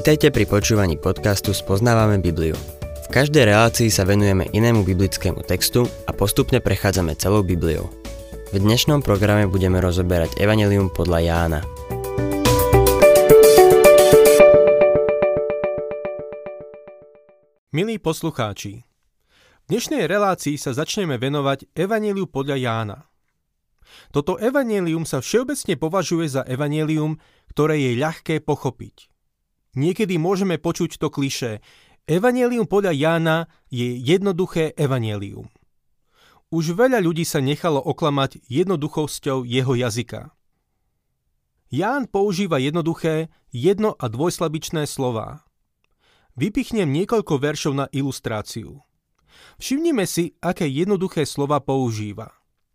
Vitajte pri počúvaní podcastu Spoznávame Bibliu. V každej relácii sa venujeme inému biblickému textu a postupne prechádzame celou Bibliou. V dnešnom programe budeme rozoberať Evanjelium podľa Jána. Milí poslucháči, v dnešnej relácii sa začneme venovať Evanjeliu podľa Jána. Toto evanjelium sa všeobecne považuje za evanjelium, ktoré je ľahké pochopiť. Niekedy môžeme počuť to klišé: evanjelium podľa Jána je jednoduché evanjelium. Už veľa ľudí sa nechalo oklamať jednoduchosťou jeho jazyka. Ján používa jednoduché, jedno- a dvojslabičné slová. Vypichnem niekoľko veršov na ilustráciu. Všimnime si, aké jednoduché slova používa.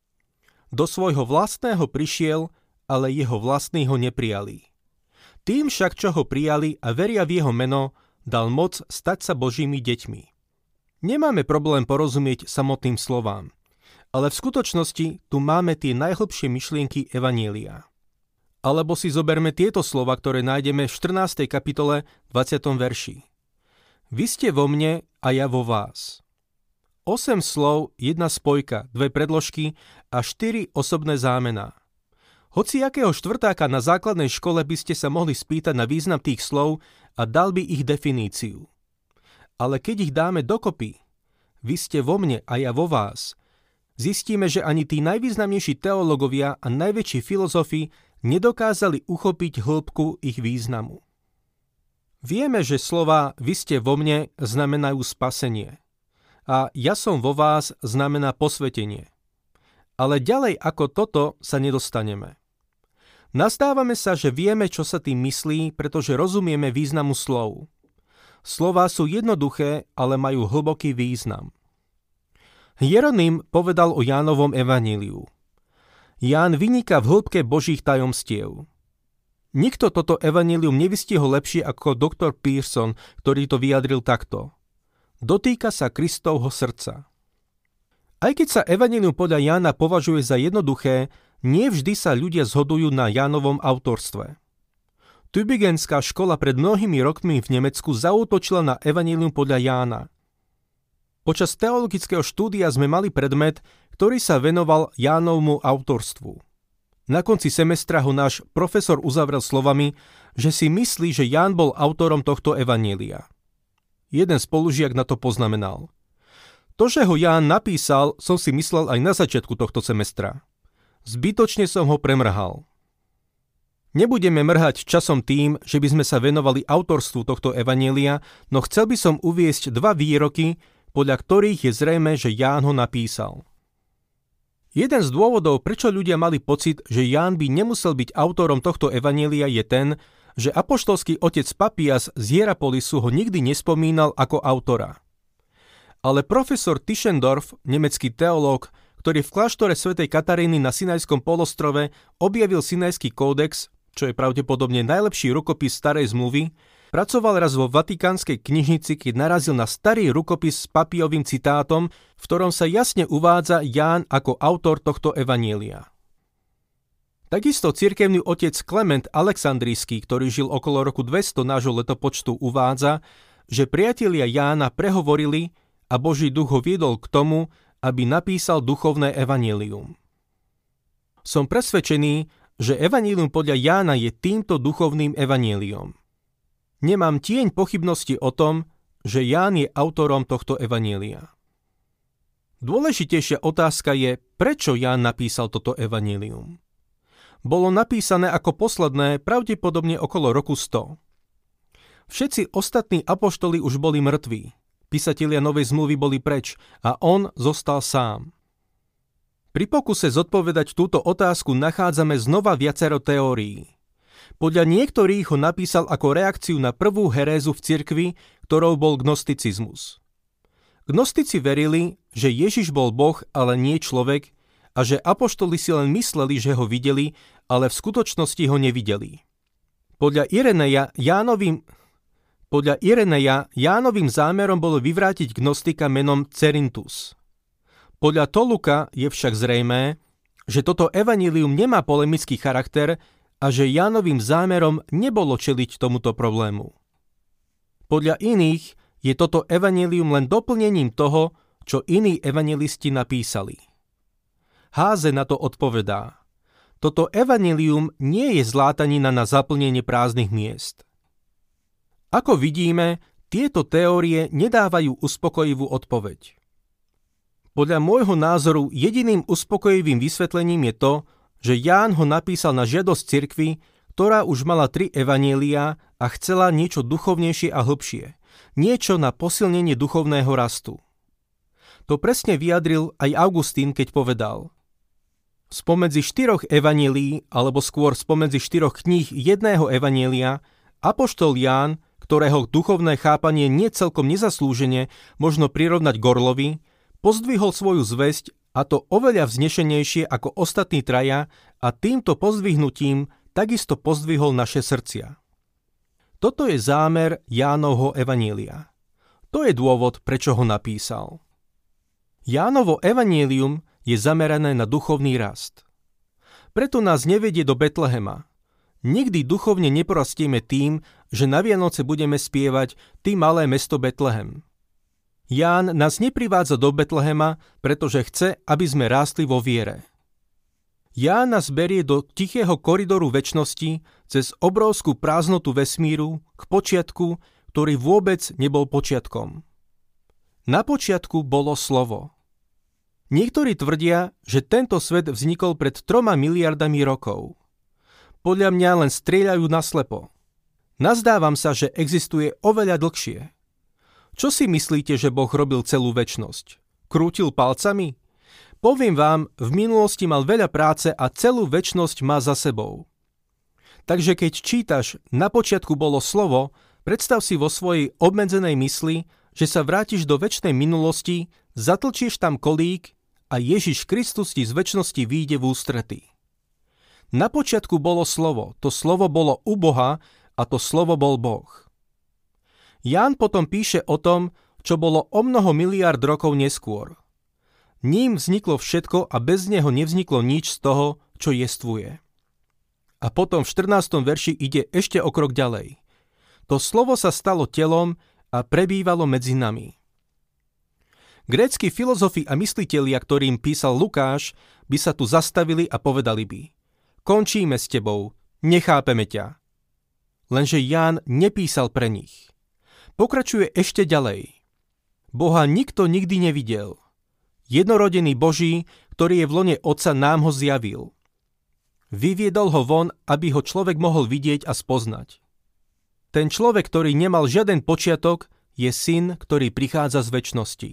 Do svojho vlastného prišiel, ale jeho vlastní ho neprijali. Tým však, čo ho prijali a veria v jeho meno, dal moc stať sa Božími deťmi. Nemáme problém porozumieť samotným slovám, ale v skutočnosti tu máme tie najhlbšie myšlienky evanjelia. Alebo si zoberme tieto slova, ktoré nájdeme v 14. kapitole 20. verši. Vy ste vo mne a ja vo vás. 8 slov, jedna spojka, 2 predložky a 4 osobné zámená. Hoci akého štvrtáka na základnej škole by ste sa mohli spýtať na význam tých slov a dal by ich definíciu. Ale keď ich dáme dokopy, vy ste vo mne a ja vo vás, zistíme, že ani tí najvýznamnejší teológovia a najväčší filozofi nedokázali uchopiť hĺbku ich významu. Vieme, že slová vy ste vo mne znamenajú spasenie a ja som vo vás znamená posvetenie. Ale ďalej ako toto sa nedostaneme. Nazdávame sa, že vieme, čo sa tým myslí, pretože rozumieme významu slov. Slová sú jednoduché, ale majú hlboký význam. Hieronym povedal o Jánovom evanjeliu: Ján vyniká v hĺbke Božích tajomstiev. Nikto toto evanjelium nevystihol lepšie ako doktor Pearson, ktorý to vyjadril takto: dotýka sa Kristovho srdca. Aj keď sa evanjelium podľa Jána považuje za jednoduché, nie vždy sa ľudia zhodujú na Jánovom autorstve. Tübingenská škola pred mnohými rokmi v Nemecku zaútočila na evanjelium podľa Jána. Počas teologického štúdia sme mali predmet, ktorý sa venoval Jánovmu autorstvu. Na konci semestra ho náš profesor uzavrel slovami, že si myslí, že Ján bol autorom tohto evanjelia. Jeden spolužiak na to poznamenal: to, že ho Ján napísal, som si myslel aj na začiatku tohto semestra. Zbytočne som ho premrhal. Nebudeme mrhať časom tým, že by sme sa venovali autorstvu tohto evanjelia, no chcel by som uviesť 2 výroky, podľa ktorých je zrejmé, že Ján ho napísal. Jeden z dôvodov, prečo ľudia mali pocit, že Ján by nemusel byť autorom tohto evanjelia, je ten, že apoštolský otec Papias z Hierapolisu ho nikdy nespomínal ako autora. Ale profesor Tischendorf, nemecký teológ, ktorý v kláštore svätej Kataríny na Sinajskom polostrove objavil Sinajský kódex, čo je pravdepodobne najlepší rukopis starej zmluvy, pracoval raz vo Vatikánskej knižnici, keď narazil na starý rukopis s Papiovým citátom, v ktorom sa jasne uvádza Ján ako autor tohto evanjelia. Takisto cirkevný otec Klement Aleksandrijský, ktorý žil okolo roku 200 nášho letopočtu, uvádza, že priatelia Jána prehovorili a Boží duch ho viedol k tomu, aby napísal duchovné evanjelium. Som presvedčený, že evanjelium podľa Jána je týmto duchovným evanjeliom. Nemám tieň pochybnosti o tom, že Ján je autorom tohto evanjelia. Dôležitejšia otázka je, prečo Ján napísal toto evanjelium. Bolo napísané ako posledné pravdepodobne okolo roku 100. Všetci ostatní apoštoli už boli mŕtvi. Písatelia Novej zmluvy boli preč a on zostal sám. Pri pokuse zodpovedať túto otázku nachádzame znova viacero teórií. Podľa niektorých ho napísal ako reakciu na prvú herézu v cirkvi, ktorou bol gnosticizmus. Gnostici verili, že Ježiš bol Boh, ale nie človek, a že apoštoli si len mysleli, že ho videli, ale v skutočnosti ho nevideli. Podľa Ireneja Jánovým zámerom bolo vyvrátiť gnostika menom Cerinthus. Podľa Toluka je však zrejmé, že toto evanjelium nemá polemický charakter a že Jánovým zámerom nebolo čeliť tomuto problému. Podľa iných je toto evanjelium len doplnením toho, čo iní evanjelisti napísali. Háze na to odpovedá: toto evanjelium nie je zlátanina na zaplnenie prázdnych miest. Ako vidíme, tieto teórie nedávajú uspokojivú odpoveď. Podľa môjho názoru jediným uspokojivým vysvetlením je to, že Ján ho napísal na žiadosť cirkvi, ktorá už mala 3 evanjeliá a chcela niečo duchovnejšie a hlbšie, niečo na posilnenie duchovného rastu. To presne vyjadril aj Augustín, keď povedal: spomedzi 4 evanjelií, alebo skôr spomedzi 4 kníh jedného evanjelia, apoštol Ján, ktorého duchovné chápanie nie celkom nezaslúžene možno prirovnať Gorlovi, pozdvihol svoju zvesť, a to oveľa vznešenejšie ako ostatní traja, a týmto pozdvihnutím takisto pozdvihol naše srdcia. Toto je zámer Jánovho evanjelia. To je dôvod, prečo ho napísal. Jánovo evanjelium je zamerané na duchovný rast. Preto nás nevedie do Betlehema. Nikdy duchovne neporastieme tým, že na Vianoce budeme spievať Ty malé mesto Betlehem. Ján nás neprivádza do Betlehema, pretože chce, aby sme rástli vo viere. Ján nás berie do tichého koridoru večnosti cez obrovskú prázdnotu vesmíru k počiatku, ktorý vôbec nebol počiatkom. Na počiatku bolo slovo. Niektorí tvrdia, že tento svet vznikol pred 3 miliardami rokov. Podľa mňa len strieľajú naslepo. Nazdávam sa, že existuje oveľa dlhšie. Čo si myslíte, že Boh robil celú večnosť? Krútil palcami? Poviem vám, v minulosti mal veľa práce a celú večnosť má za sebou. Takže keď čítaš Na počiatku bolo slovo, predstav si vo svojej obmedzenej mysli, že sa vrátiš do večnej minulosti, zatlčieš tam kolík a Ježiš Kristus ti z večnosti vyjde v ústrety. Na počiatku bolo slovo, to slovo bolo u Boha a to slovo bol Boh. Ján potom píše o tom, čo bolo o mnoho miliárd rokov neskôr. Ním vzniklo všetko a bez neho nevzniklo nič z toho, čo jestvuje. A potom v 14. verši ide ešte o krok ďalej. To slovo sa stalo telom a prebývalo medzi nami. Grécki filozofi a myslitelia, ktorým písal Lukáš, by sa tu zastavili a povedali by: končíme s tebou, nechápeme ťa. Lenže Ján nepísal pre nich. Pokračuje ešte ďalej. Boha nikto nikdy nevidel. Jednorodený Boží, ktorý je v lone Otca, nám ho zjavil. Vyviedol ho von, aby ho človek mohol vidieť a spoznať. Ten človek, ktorý nemal žiaden počiatok, je syn, ktorý prichádza z večnosti.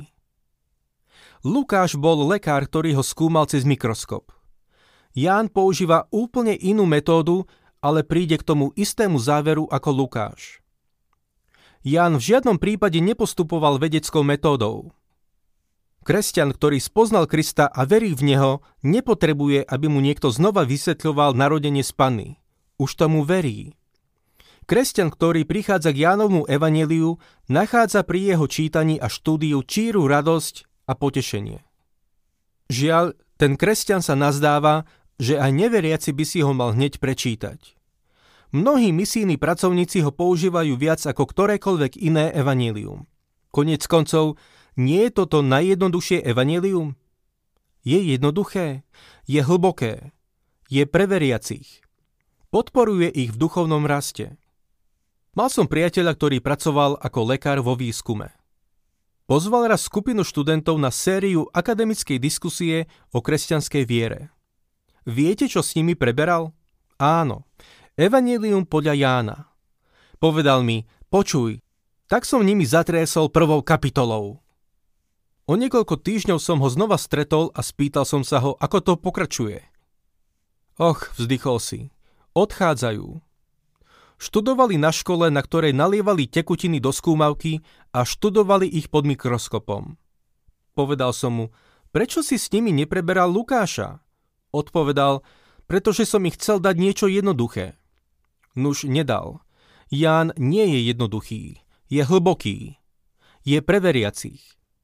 Lukáš bol lekár, ktorý ho skúmal cez mikroskop. Ján používa úplne inú metódu, ale príde k tomu istému záveru ako Lukáš. Ján v žiadnom prípade nepostupoval vedeckou metódou. Kresťan, ktorý spoznal Krista a verí v neho, nepotrebuje, aby mu niekto znova vysvetľoval narodenie z Panny. Už tomu verí. Kresťan, ktorý prichádza k Jánovmu evanjeliu, nachádza pri jeho čítaní a štúdiu číru radosť a potešenie. Žiaľ, ten kresťan sa nazdáva, že aj neveriaci by si ho mal hneď prečítať. Mnohí misijní pracovníci ho používajú viac ako ktorékoľvek iné evanjelium. Koniec koncov, nie je toto najjednoduchšie evanjelium? Je jednoduché, je hlboké, je pre veriacich. Podporuje ich v duchovnom raste. Mal som priateľa, ktorý pracoval ako lekár vo výskume. Pozval raz skupinu študentov na sériu akademickej diskusie o kresťanskej viere. Viete, čo s nimi preberal? Áno, evanjelium podľa Jána. Povedal mi: počuj, tak som nimi zatriesol prvou kapitolou. O niekoľko týždňov som ho znova stretol a spýtal som sa ho, ako to pokračuje. Och, vzdychol si, odchádzajú. Študovali na škole, na ktorej nalievali tekutiny do skúmavky a študovali ich pod mikroskopom. Povedal som mu: prečo si s nimi nepreberal Lukáša? Odpovedal: pretože som ich chcel dať niečo jednoduché. Nuž nedal. Ján nie je jednoduchý, je hlboký. Je pre veriacich.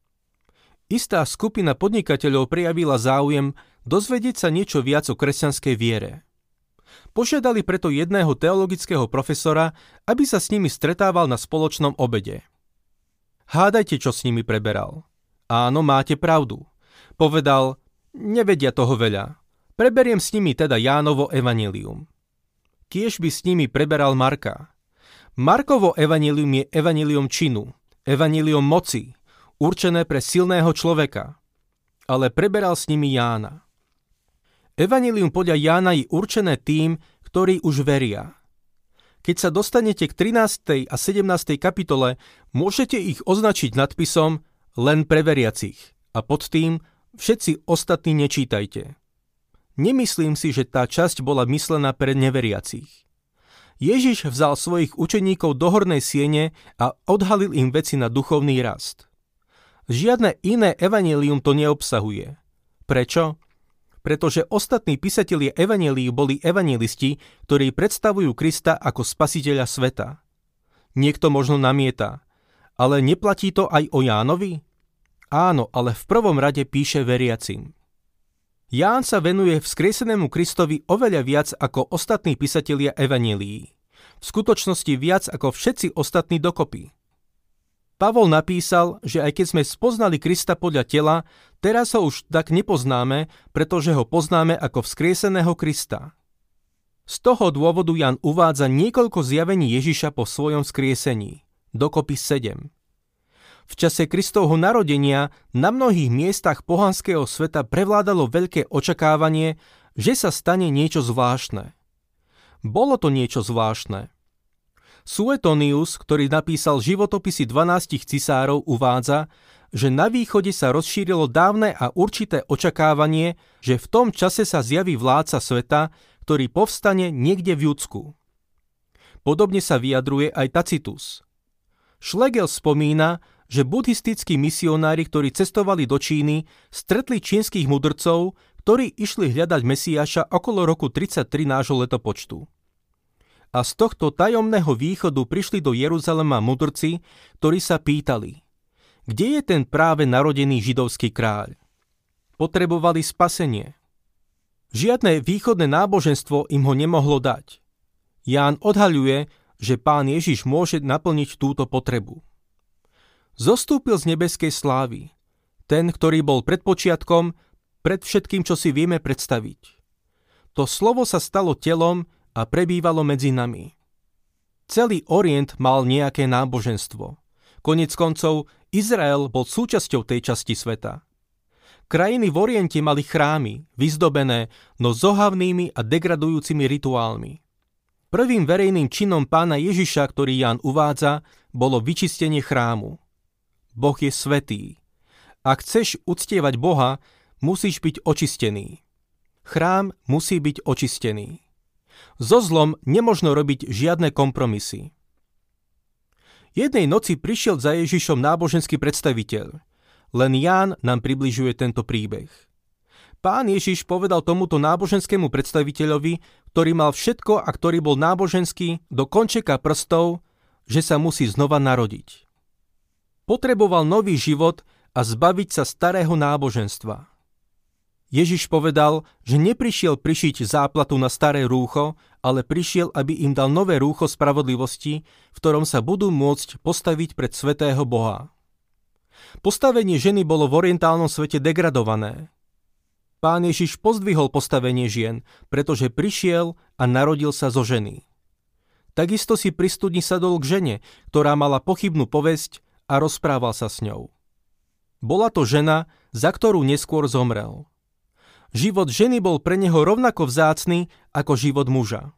Istá skupina podnikateľov prejavila záujem dozvedieť sa niečo viac o kresťanskej viere. Požiadali preto jedného teologického profesora, aby sa s nimi stretával na spoločnom obede. Hádajte, čo s nimi preberal. Áno, máte pravdu. Povedal, nevedia toho veľa. Preberiem s nimi teda Jánovo evanjelium. Kiež by s nimi preberal Marka. Markovo evanjelium je evanjelium činu, evanjelium moci, určené pre silného človeka. Ale preberal s nimi Jána. Evanjelium podľa Jána je určené tým, ktorí už veria. Keď sa dostanete k 13. a 17. kapitole, môžete ich označiť nadpisom len pre veriacich a pod tým všetci ostatní nečítajte. Nemyslím si, že tá časť bola myslená pre neveriacich. Ježiš vzal svojich učeníkov do hornej siene a odhalil im veci na duchovný rast. Žiadne iné evanjelium to neobsahuje. Prečo? Pretože ostatní písatelia evanjelií boli evanjelisti, ktorí predstavujú Krista ako spasiteľa sveta. Niekto možno namieta, ale neplatí to aj o Jánovi? Áno, ale v prvom rade píše veriacim. Ján sa venuje vzkriesenému Kristovi oveľa viac ako ostatní písatelia evanjelií. V skutočnosti viac ako všetci ostatní dokopy. Pavol napísal, že aj keď sme spoznali Krista podľa tela, teraz ho už tak nepoznáme, pretože ho poznáme ako vzkrieseného Krista. Z toho dôvodu Ján uvádza niekoľko zjavení Ježiša po svojom vzkriesení, dokopy 7. V čase Kristovho narodenia na mnohých miestach pohanského sveta prevládalo veľké očakávanie, že sa stane niečo zvláštne. Bolo to niečo zvláštne. Suetonius, ktorý napísal životopisy 12 cisárov, uvádza, že na východe sa rozšírilo dávne a určité očakávanie, že v tom čase sa zjaví vládca sveta, ktorý povstane niekde v Judsku. Podobne sa vyjadruje aj Tacitus. Schlegel spomína, že buddhistickí misionári, ktorí cestovali do Číny, stretli čínskych mudrcov, ktorí išli hľadať Mesiáša okolo roku 33 nášho letopočtu. A z tohto tajomného východu prišli do Jeruzalema mudrci, ktorí sa pýtali, kde je ten práve narodený židovský kráľ? Potrebovali spasenie. Žiadne východné náboženstvo im ho nemohlo dať. Ján odhaľuje, že Pán Ježiš môže naplniť túto potrebu. Zostúpil z nebeskej slávy, ten, ktorý bol pred počiatkom, pred všetkým, čo si vieme predstaviť. To slovo sa stalo telom a prebývalo medzi nami. Celý Orient mal nejaké náboženstvo. Koniec koncov, Izrael bol súčasťou tej časti sveta. Krajiny v Oriente mali chrámy, vyzdobené, no zohavnými a degradujúcimi rituálmi. Prvým verejným činom Pána Ježiša, ktorý Ján uvádza, bolo vyčistenie chrámu. Boh je svätý. Ak chceš uctievať Boha, musíš byť očistený. Chrám musí byť očistený. So zlom nemožno robiť žiadne kompromisy. Jednej noci prišiel za Ježišom náboženský predstaviteľ. Len Ján nám približuje tento príbeh. Pán Ježiš povedal tomuto náboženskému predstaviteľovi, ktorý mal všetko a ktorý bol náboženský do končeka prstov, že sa musí znova narodiť. Potreboval nový život a zbaviť sa starého náboženstva. Ježiš povedal, že neprišiel prišiť záplatu na staré rúcho, ale prišiel, aby im dal nové rúcho spravodlivosti, v ktorom sa budú môcť postaviť pred svätého Boha. Postavenie ženy bolo v orientálnom svete degradované. Pán Ježiš pozdvihol postavenie žien, pretože prišiel a narodil sa zo ženy. Takisto si pri studni sadol k žene, ktorá mala pochybnú povesť a rozprával sa s ňou. Bola to žena, za ktorú neskôr zomrel. Život ženy bol pre neho rovnako vzácny ako život muža.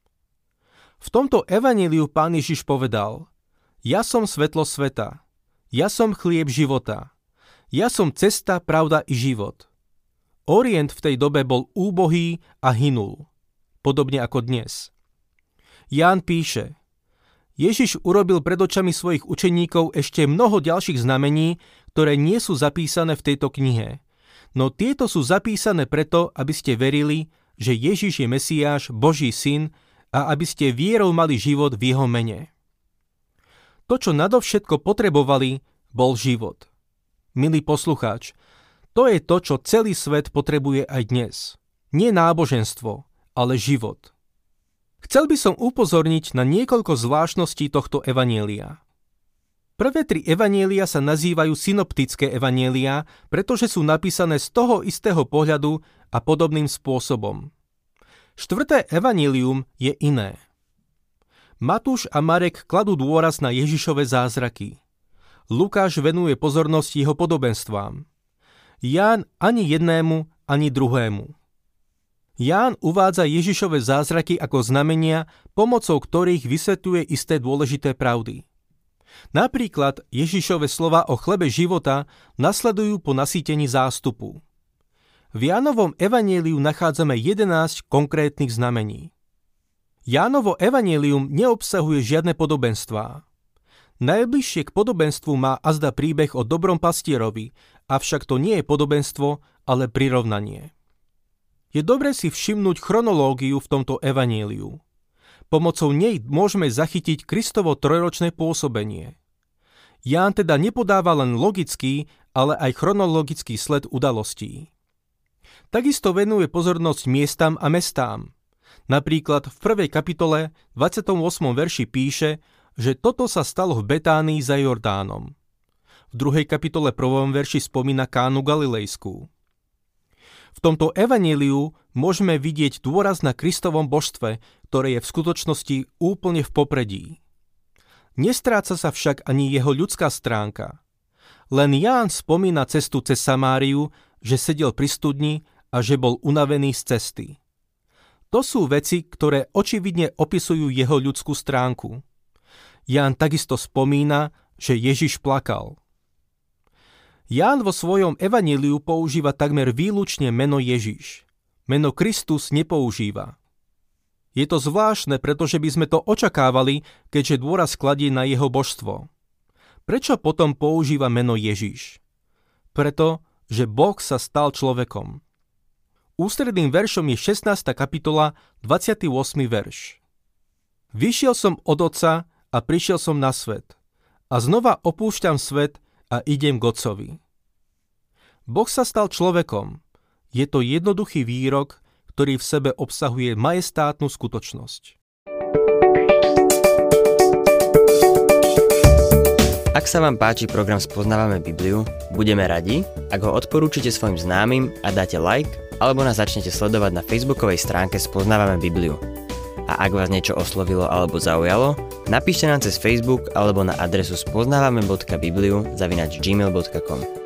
V tomto evanjeliu Pán Ježiš povedal: Ja som svetlo sveta, ja som chlieb života, ja som cesta, pravda i život. Orient v tej dobe bol úbohý a hynul, podobne ako dnes. Ján píše: Ježiš urobil pred očami svojich učeníkov ešte mnoho ďalších znamení, ktoré nie sú zapísané v tejto knihe. No tieto sú zapísané preto, aby ste verili, že Ježiš je Mesiáš, Boží syn, a aby ste vierou mali život v jeho mene. To, čo nadovšetko potrebovali, bol život. Milý poslucháč, to je to, čo celý svet potrebuje aj dnes. Nie náboženstvo, ale život. Chcel by som upozorniť na niekoľko zvláštností tohto evanjelia. Prvé 3 evanjelia sa nazývajú synoptické evanjelia, pretože sú napísané z toho istého pohľadu a podobným spôsobom. 4. evanjelium je iné. Matúš a Marek kladú dôraz na Ježišove zázraky. Lukáš venuje pozornosť jeho podobenstvám. Ján ani jednému, ani druhému. Ján uvádza Ježišove zázraky ako znamenia, pomocou ktorých vysvetľuje isté dôležité pravdy. Napríklad Ježišove slova o chlebe života nasledujú po nasýtení zástupu. V Jánovom evanjeliu nachádzame 11 konkrétnych znamení. Jánovo evanjelium neobsahuje žiadne podobenstvá. Najbližšie k podobenstvu má azda príbeh o dobrom pastierovi, avšak to nie je podobenstvo, ale prirovnanie. Je dobre si všimnúť chronológiu v tomto evanjeliu. Pomocou nej môžeme zachytiť Kristovo trojročné pôsobenie. Ján teda nepodáva len logický, ale aj chronologický sled udalostí. Takisto venuje pozornosť miestam a mestám. Napríklad v 1. kapitole 28. verši píše, že toto sa stalo v Betánii za Jordánom. V 2. kapitole 1. verši spomína Kánu Galilejskú. V tomto evanjeliu môžeme vidieť dôraz na Kristovom božstve, ktoré je v skutočnosti úplne v popredí. Nestráca sa však ani jeho ľudská stránka. Len Ján spomína cestu cez Samáriu, že sedel pri studni a že bol unavený z cesty. To sú veci, ktoré očividne opisujú jeho ľudskú stránku. Ján takisto spomína, že Ježiš plakal. Ján vo svojom evanjeliu používa takmer výlučne meno Ježiš. Meno Kristus nepoužíva. Je to zvláštne, pretože by sme to očakávali, keďže dôraz kladie na jeho božstvo. Prečo potom používa meno Ježiš? Preto, že Boh sa stal človekom. Ústredným veršom je 16. kapitola, 28. verš. Vyšiel som od Otca a prišiel som na svet. A znova opúšťam svet a idem k Otcovi. Boh sa stal človekom. Je to jednoduchý výrok, ktorý v sebe obsahuje majestátnu skutočnosť. Ak sa vám páči program Spoznávame Bibliu, budeme radi, ak ho odporúčite svojim známym a dáte like, alebo nás začnete sledovať na facebookovej stránke Spoznávame Bibliu. A ak vás niečo oslovilo alebo zaujalo, napíšte nám cez Facebook alebo na adresu spoznavame.bibliu@gmail.com.